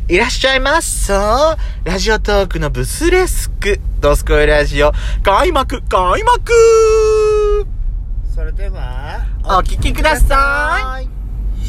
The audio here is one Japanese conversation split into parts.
いらっしゃいまそうラジオトークのブスレスクドスコイラジオ開幕それではお聞きください。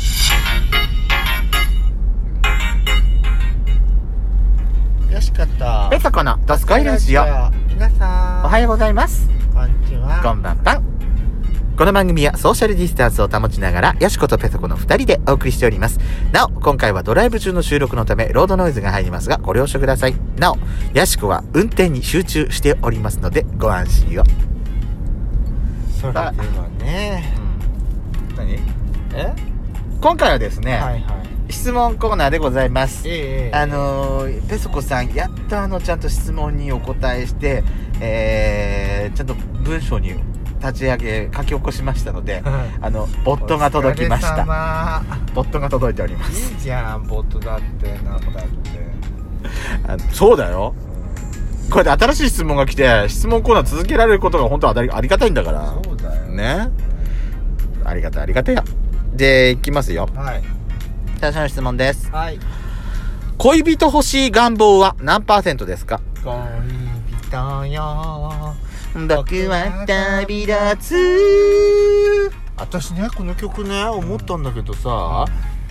よしかったペソコのドスコイラジオ、 皆さんおはようございます。 こんにちは。 こんばんぱん。この番組はソーシャルディスタンスを保ちながらヤシコとペソコの2人でお送りしております。なお今回はドライブ中の収録のためロードノイズが入りますがご了承ください。なおヤシコは運転に集中しておりますのでご安心を。 それではね、 何？今回はですね、 はいはい、 質問コーナーでございます。 ペソコさんやっとちゃんと質問にお答えして、ちゃんと文章に立ち上げ書き起こしましたのでボットが届きました。ボットが届いております。 いいじゃん、ボットだってなんだってそうだよ、これで新しい質問が来て質問コーナー続けられることが本当はありがたいんだから。 そうだよね、ありがたいよ。でいきますよ。 はい、 最初の質問です。 はい、 恋人欲しい願望は何%ですか？ 恋人よ僕は旅立つ。 私ねこの曲ね思ったんだけどさ、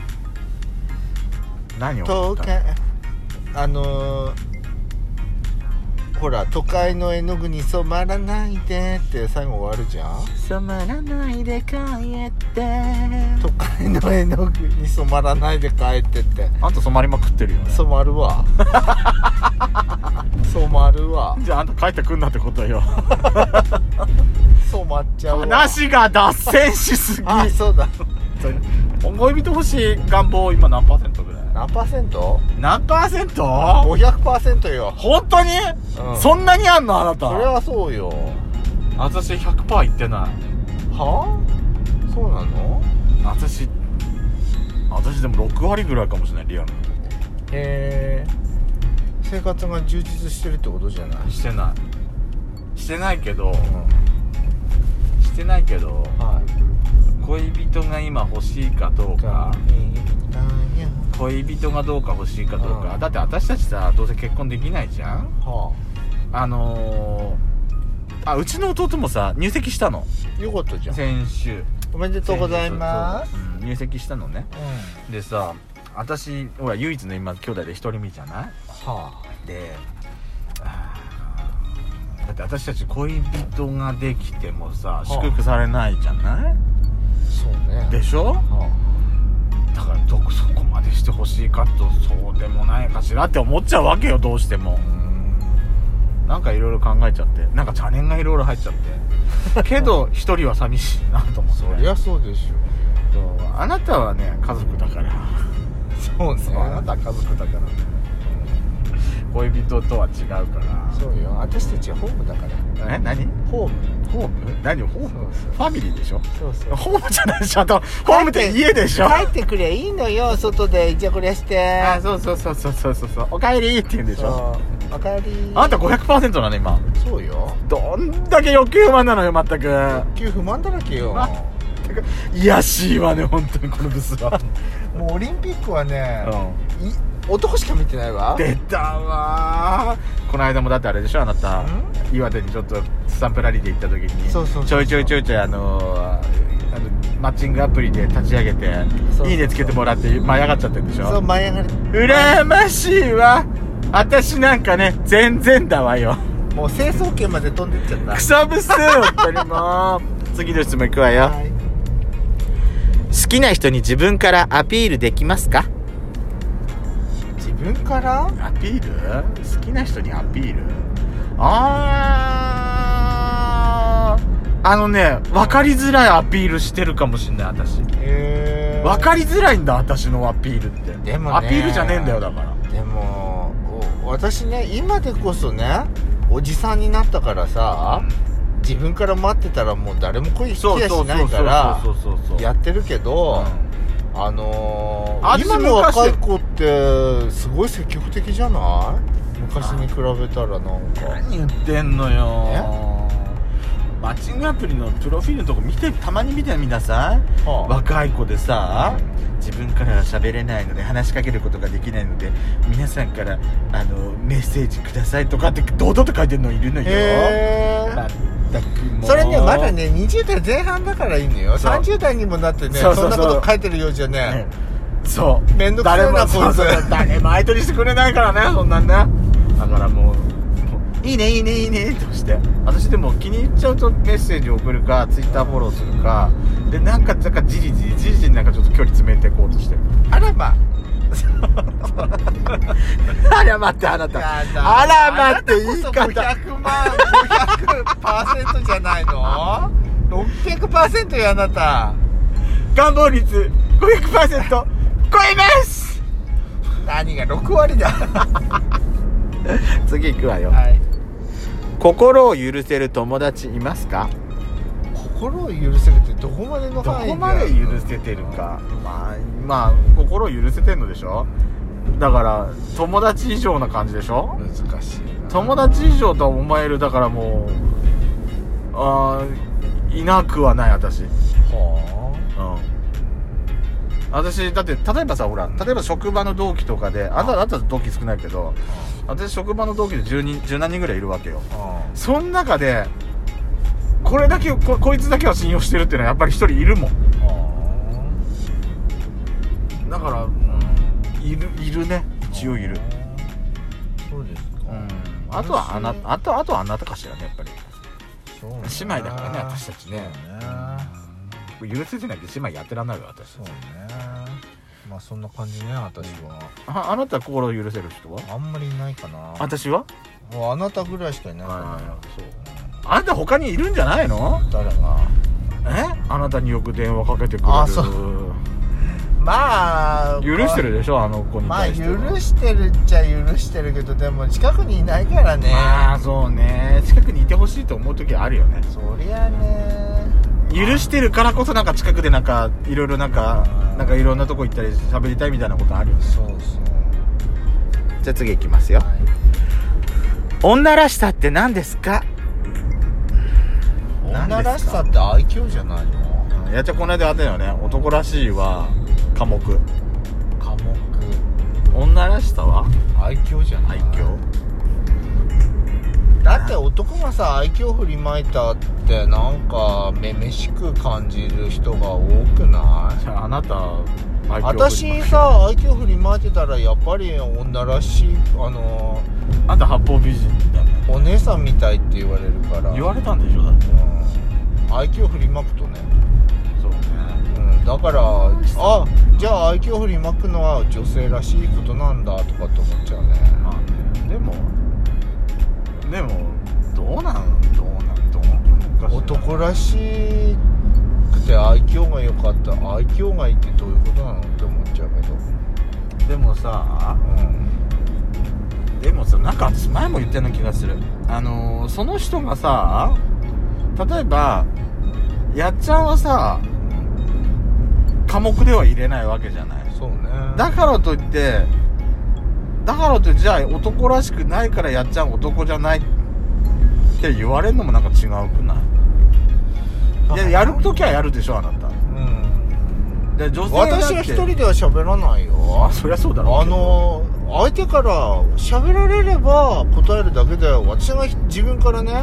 何を思った？ ほら都会の絵の具に染まらないでって最後終わるじゃん。 染まらないで帰って都会の絵の具に染まらないで帰ってってあんた染まりまくってるよね。 染まるわ染まるわ。 じゃああんた帰ってくんなってことよ染まっちゃうわ。 話が脱線しすぎ。 あ、そうだ恋人欲しい願望今何%ぐらい？ 何パーセント？ 何パーセント ？500% よ。 本当に、そんなにあんのあなた？ それはそうよ。 私 100% 言ってない。 はぁ？そうなの？ 私でも6割ぐらいかもしれない、リアルなとこ。 生活が充実してるってことじゃない？ してないけど、はい、恋人が今欲しいかどうか、恋人がどうか欲しいかどうか、だって私たちさどうせ結婚できないじゃん。うちの弟もさ入籍したの。よかったじゃん。先週おめでとうございます。 入籍したのね、でさ私ほら唯一の今兄弟で一人身じゃない。でだって私たち恋人ができてもさ祝福されないじゃない。 そうね。 でしょ、だからそこまでしてほしいかとそうでもないかしらって思っちゃうわけよ、どうしても。なんかいろいろ考えちゃって、なんか邪念がいろいろ入っちゃってけど一人は寂しいなと思って。 そりゃそうでしょ。あなたはね家族だからそうね。 あなたは家族だからね、恋人とは違うから。 そうよ、私たちはホームだから。 何？ホーム？何？ホーム？ファミリーでしょ？そうホームじゃないでしょ。あとホームって家でしょ。 帰ってくりゃいいのよ、外でじゃこりゃして。 そうおかえりって言うんでしょ。 おかえり。 あんた 500% なの今。そうよ。どんだけ欲求不満なのよ、全く。 欲求不満だらけよ。 いやしいわね本当にこのブスはもうオリンピックはね、男しか見てないわ。 出たわ。この間もだってあれでしょ、あなた岩手にちょっとスタンプラリーで行った時にちょいちょいマッチングアプリで立ち上げていいねつけてもらって舞い上がっちゃってるんでしょ。 そう舞い上がる。 羨ましいわ。私なんかね全然だわよ。 もう成層圏まで飛んでっちゃった。 クソブス本当にもう次の質問いくわよ。好きな人に自分からアピールできますか？ 自分からアピール？好きな人にアピール？分かりづらいアピールしてるかもしんない私。分かりづらいんだ私のアピールって。でもね、アピールじゃねえんだよだから。でも私ね今でこそねおじさんになったからさ、自分から待ってたらもう誰も来やしないからやってるけど、今の若い子ってすごい積極的じゃない？昔に比べたらなんか。 何言ってんのよ。 マッチングアプリのプロフィールのとこたまに見てみなさい、若い子でさ、自分からは喋れないので話しかけることができないので皆さんからメッセージくださいとかって堂々と書いてるのいるのよ。全くもうそれね、まだね20代前半だからいいのよ。30代にもなってね、そんなこと書いてるようじゃね、 そうめんどくさいな、こいつ。 誰も相手にしてくれないからね、そんなんね。だからもういいねいいねいいねってして、私でも気に入っちゃうとメッセージを送るかツイッターフォローするかで、なんかじりじりなんかちょっと距離詰めていこうとしてる。 あらまあらまってあなた、あらまって言い方、 500%じゃないの 600% よあなた。 願望率 500% 超えます。 何が6割だ次行くわよ、心を許せる友達いますか？ 心を許せるってどこまでの範囲で、 どこまで許せてるか。まあ心を許せてんのでしょ。だから友達以上な感じでしょ。 難しいな。 友達以上とは思える。だからもういなくはない私。私だって例えばさ、ほら例えば職場の同期とかで、あんた同期少ないけど、私職場の同期で10何人ぐらいいるわけよ。その中でこれだけこいつだけは信用してるっていうのはやっぱり一人いるもん。だから、いるね、一応いる。 そうですか。 あとはあなたかしらね、やっぱり。姉妹だからね、私たちね。許せてないけど姉妹やってらんないよ私。 そうね。まあそんな感じね、私は。 あなた心を許せる人は？ あんまりいないかな。 私は？ もうあなたぐらいしかいないかな。 そう。あなた他にいるんじゃないの？ 誰が？ あなたによく電話かけてくれる。 あ、そう。まあ許してるでしょ、あの子に対しては。 まあ許してるっちゃ許してるけど、でも近くにいないからね。 まあそうね、近くにいてほしいと思う時あるよね。 そりゃね、 許してるからこそなんか近くでなんかいろいろなんかいろんなとこ行ったり喋りたいみたいなことあるよね。 そうそう。 じゃあ次行きますよ、女らしさって何ですか？ 女らしさって愛嬌じゃないの？ やっちゃこの間あったよね、男らしいは寡黙。女らしさは愛嬌じゃない？ 愛嬌だって男がさ愛嬌振りまいたってなんかめめしく感じる人が多くない？ じゃああなた私さ愛嬌振りまいてたらやっぱり女らしい、 あんた八方美人だね。 お姉さんみたいって言われるから。 言われたんでしょだって、 愛嬌振りまくとね。 そうね、 だからじゃあ愛嬌振りまくのは女性らしいことなんだとかって思っちゃうね。 まあね、でもどうなんかしら。 男らしくて愛嬌が良かった。愛嬌がいいってどういうことなのって思っちゃうけど。 でもさ、なんか私前も言ったような気がする。その人がさ、例えばやっちゃんはさ寡黙では入れないわけじゃない。 そうね。だからといってじゃあ男らしくないからやっちゃん男じゃないって言われるのもなんか違うくない？いや、やるときはやるでしょあなた。で女性だって私は一人では喋らないよ。 そりゃそうだろうけど、 相手から喋られれば答えるだけだよ。私が自分からね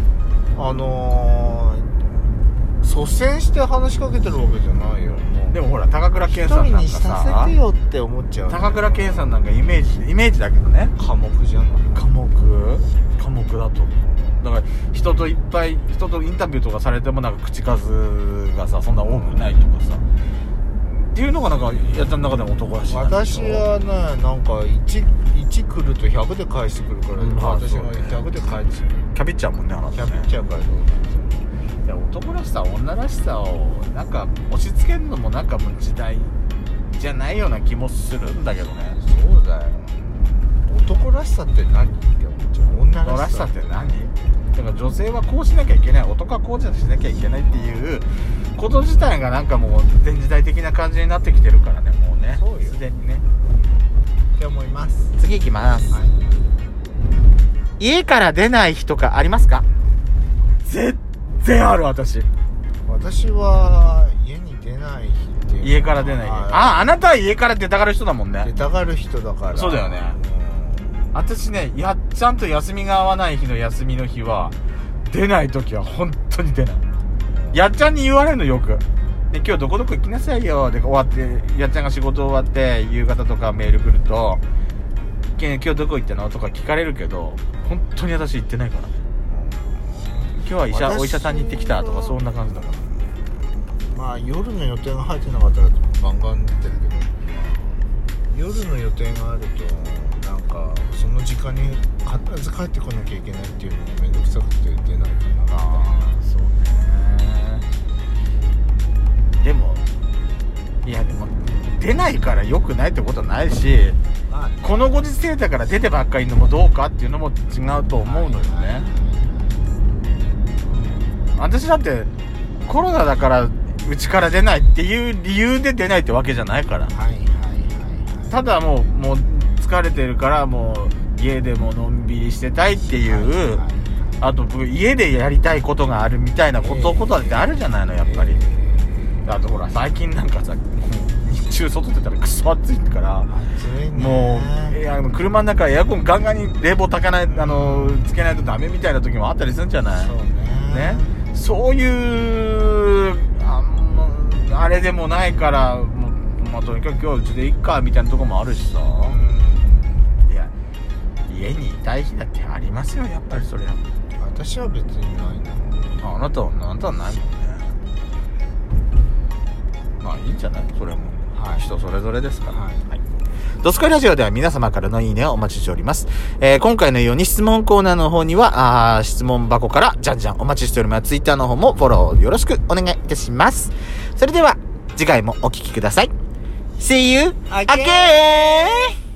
率先して話しかけてるわけじゃないよ。 でもほら高倉健さんなんかさ、 一人にさせてよって思っちゃう、ね、 高倉健さんなんかイメージだけどね、 寡黙じゃない？寡黙だと思う。だから人とインタビューとかされてもなんか口数がさそんな多くないとかさ、っていうのがなんかやった中でも男らしい。 私はねなんか 1来ると100で返してくるから、私が100で返してくる。 キャビっちゃうもんね、あなたね。 キャビっちゃうからどう男らしさ女らしさをなんか押し付けるのもなんかもう時代じゃないような気もするんだけどね。 そうだよ。男らしさって何って思っちゃう。女らしさって何？だから女性はこうしなきゃいけない、男はこうじゃしなきゃいけないっていうこと自体がなんかもう前時代的な感じになってきてるからね、もうね。 そうよ。 すでにね。 って思います。 次行きます、家から出ない日とかありますか？絶然ある。私は家に出ない日っていう、 家から出ない日。あなたは家から出たがる人だもんね。 出たがる人だから。 そうだよね、私ね、ちゃんと休みが合わない日の休みの日は出ない時は本当に出ない。やっちゃんに言われるのよく。で、今日どこどこ行きなさいよで終わって、やっちゃんが仕事終わって夕方とかメール来ると、今日どこ行ったのとか聞かれるけど、本当に私行ってないからね。今日はお医者さんに行ってきたとか、そんな感じだから。 まあ夜の予定が入ってなかったらガンガン出てるけど、夜の予定があるとなんかその時間に必ず帰ってこなきゃいけないっていうのがめんどくさくて出ないかな。 そうね。でも出ないから良くないってことはないし、このご時世だから出てばっかりいるのもどうかっていうのも違うと思うのよね。私だってコロナだからうちから出ないっていう理由で出ないってわけじゃないから、ただもう疲れてるからもう家でものんびりしてたいっていう、あと家でやりたいことがあるみたいなことってあるじゃないの、やっぱり。あとほら最近なんかさ、日中外出たらクソ暑いから、もう車の中エアコンガンガンに冷房つけないとダメみたいな時もあったりするんじゃない。そうね。そういうあれでもないから、とにかく今日うちでいっかみたいなとこもあるしさ。いや、家にいたい日だってありますよ、やっぱり。それは私は別にないな。 あなたはないもんね。まあいいんじゃない、それも、人それぞれですから。ドスコイラジオでは皆様からのいいねをお待ちしております。今回のように質問コーナーの方には質問箱からじゃんじゃんお待ちしております。ツイッターの方もフォローよろしくお願いいたします。それでは次回もお聞きください。See you again!